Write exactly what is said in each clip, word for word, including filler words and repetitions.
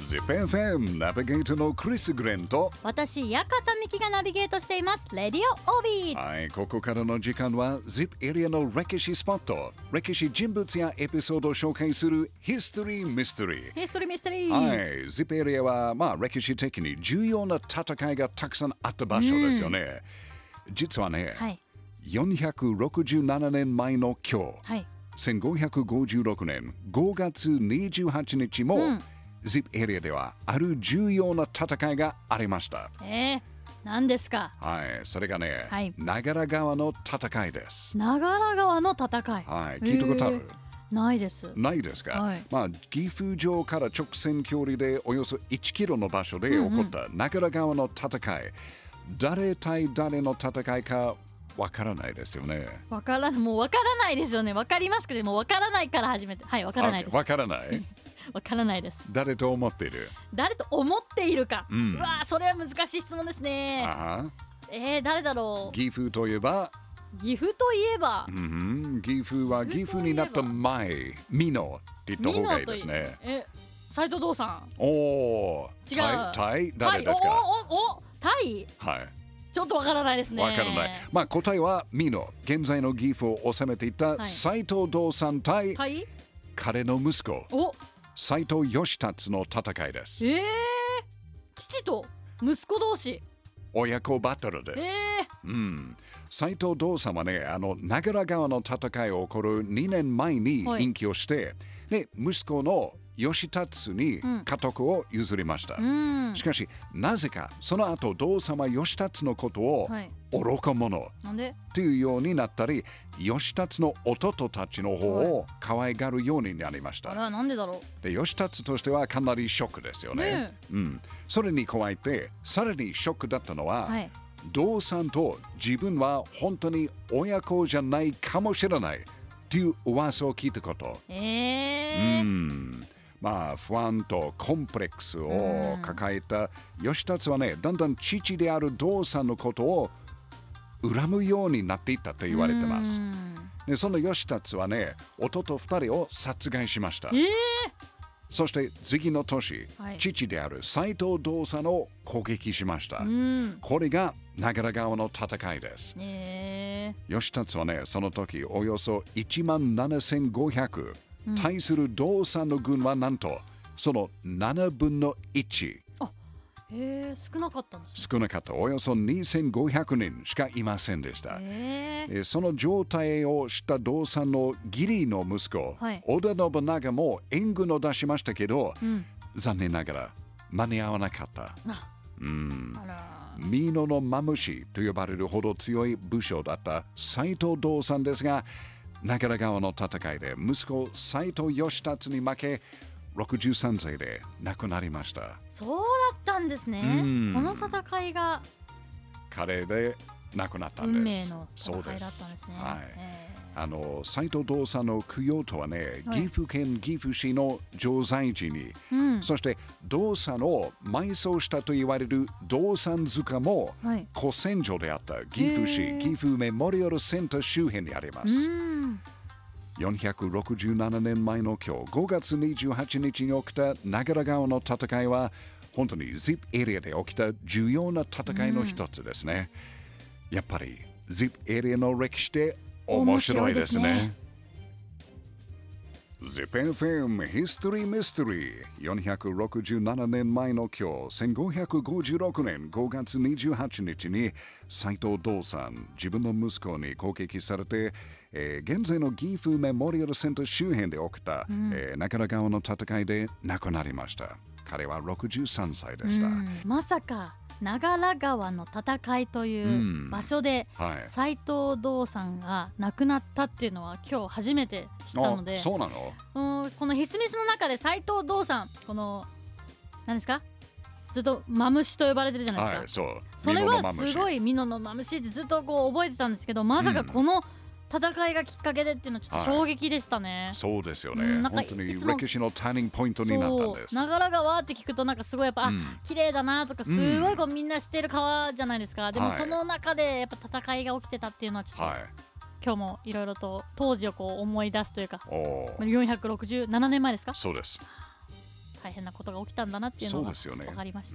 ゼップ エフエム ナビゲーターのクリス・グレンと私、館美希がナビゲートしていますレディオオビー。 はい、ここからの時間は ゼップ エリアの歴史スポット、歴史人物やエピソードを紹介するヒストリー・ミステリー。 ヒストリー・ミステリー。 はい、ゼップ エリアは、まあ、歴史的に重要な戦いがたくさんあった場所ですよね。うん、実はね、はい、よんひゃくろくじゅうななねんまえの今日、はい、せんごひゃくごじゅうろくねんごがつにじゅうはちにちも、うん、ゼップ エリアではある重要な戦いがありました。 えー、何ですか？ はい、それがね、はい、長良川の戦いです。 長良川の戦い。 はい、聞いたことある？ ないです。 ないですか？はい、まあ、岐阜城から直線距離でおよそいちキロの場所で起こった長良川の戦い。うんうん、誰対誰の戦いかわからないですよね。 わからない、もうわからないですよね。わかりますけど、もうわからないから始めて。はい、わからないです。 わからないわからないです。 誰と思っている？誰と思っているか。うん、うわ、それは難しい質問ですね。 あえー、誰だろう。 岐阜といえば岐阜といえば、 うん、岐阜は岐阜になった前、美濃って言った方がいいですね。 え、斎藤道さん。 おー、 違う。 タイ、誰ですか？ おおお、タイ？はい。ちょっとわからないですね。 わからない。まあ、答えは美濃、現在の岐阜を治めていた斎藤道さん対、はい、彼の息子、斎藤義達の戦いです。 えー、父と息子同士。 親子バトルです。えー、うん。斎藤道さんはね、あの長良川の戦いを起こるにねんまえに隠居して、はい、で息子の義達に家督を譲りました。うん、しかしなぜかその後道様義達のことを愚か者というようになったり、義達の弟たちの方を可愛がるようになりました。 あら、なんでだろう。で、義達としてはかなりショックですよね。ね、うん、それに加えてさらにショックだったのは、はい、道さんと自分は本当に親子じゃないかもしれないという噂を聞いたこと。えー、うんまあ、不安とコンプレックスを抱えた義達はね、だんだん父である道さんのことを恨むようになっていったと言われてます。で、その義達はね、弟ふたりを殺害しました。えー、そして次の年、はい、父である斎藤道さんを攻撃しました。これが長良川の戦いです。えー、義達はね、その時およそいちまんななせんごひゃく、対する道さんの軍はなんとそのななぶんのいち。 あ、へえ、少なかったんですね。 少なかった。およそにせんごひゃくにんしかいませんでした。へえ、その状態を知った道さんの義理の息子、はい、織田信長も援軍を出しましたけど、うん、残念ながら間に合わなかった。あ、うん、あら、美濃のマムシと呼ばれるほど強い武将だった斎藤道さんですが、長良川の戦いで息子斎藤義達に負けろくじゅうさんさいで亡くなりました。 そうだったんですね。この戦いが彼で亡くなったんです。 運命の戦いだったんですね。はい、 えーあの斎藤道さんの供養とはね、はい、岐阜県岐阜市の常在寺に、うん、そして道さんを埋葬したと言われる道さん塚も、はい、古戦場であった岐阜市岐阜メモリアルセンター周辺にあります。よんひゃくろくじゅうななねんまえの今日ごがつにじゅうはちにちに起きた長良川の戦いは本当に ゼップ エリアで起きた重要な戦いの一つですね。うん、やっぱり ゼップ エリアの歴史って面白いですね。ゼップ エフエム History Mystery よんひゃくろくじゅうななねんまえの今日せんごひゃくごじゅうろくねんごがつにじゅうはちにちに斎藤道さん、自分の息子に攻撃されて、えー、現在の岐阜メモリアルセンター周辺で起きた、うん、えー、長良川の戦いで亡くなりました。彼はろくじゅうさんさいでした。うん、 まさか長良川の戦いという場所で斎藤道さんが亡くなったっていうのは今日初めて知ったので、 そうなの？ うん、このヒスミスの中で斎藤道さん、この何ですか、ずっとマムシと呼ばれてるじゃないですか。はい、そう。それはすごい美濃のマムシってずっとこう覚えてたんですけど、まさかこの、うん、戦いがきっかけでっていうのはちょっと衝撃でしたね。はい、 そうですよね。うん、本当に歴史のターニングポイントになったんです。 長良川って聞くとなんかすごいやっぱ、うん、あ、綺麗だなとか、すごいこうみんな知ってる川じゃないですか。うん、でもその中でやっぱ戦いが起きてたっていうのはちょっと、はい、今日もいろいろと当時をこう思い出すというか、よんひゃくろくじゅうななねんまえですか？ そうです。 大変なことが起きたんだなっていうのが分かりました。 そうですよね。うん、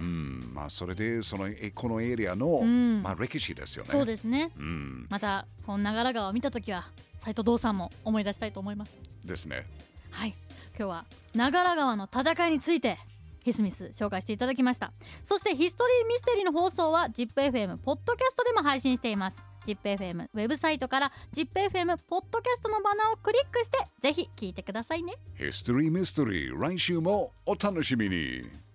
まあ、それでそのこのエリアの、うん、まあ、歴史ですよね。 そうですね。うん、またこの長良川を見たときは斉藤道さんも思い出したいと思います。 ですね。 はい、今日は長良川の戦いについてヒスミス紹介していただきました。そしてヒストリーミステリーの放送は ジップエフエム ポッドキャストでも配信しています。 ジップエフエム ウェブサイトから ジップエフエム ポッドキャストのバナーをクリックしてぜひ聞いてくださいね。 ヒストリーミステリー、来週もお楽しみに。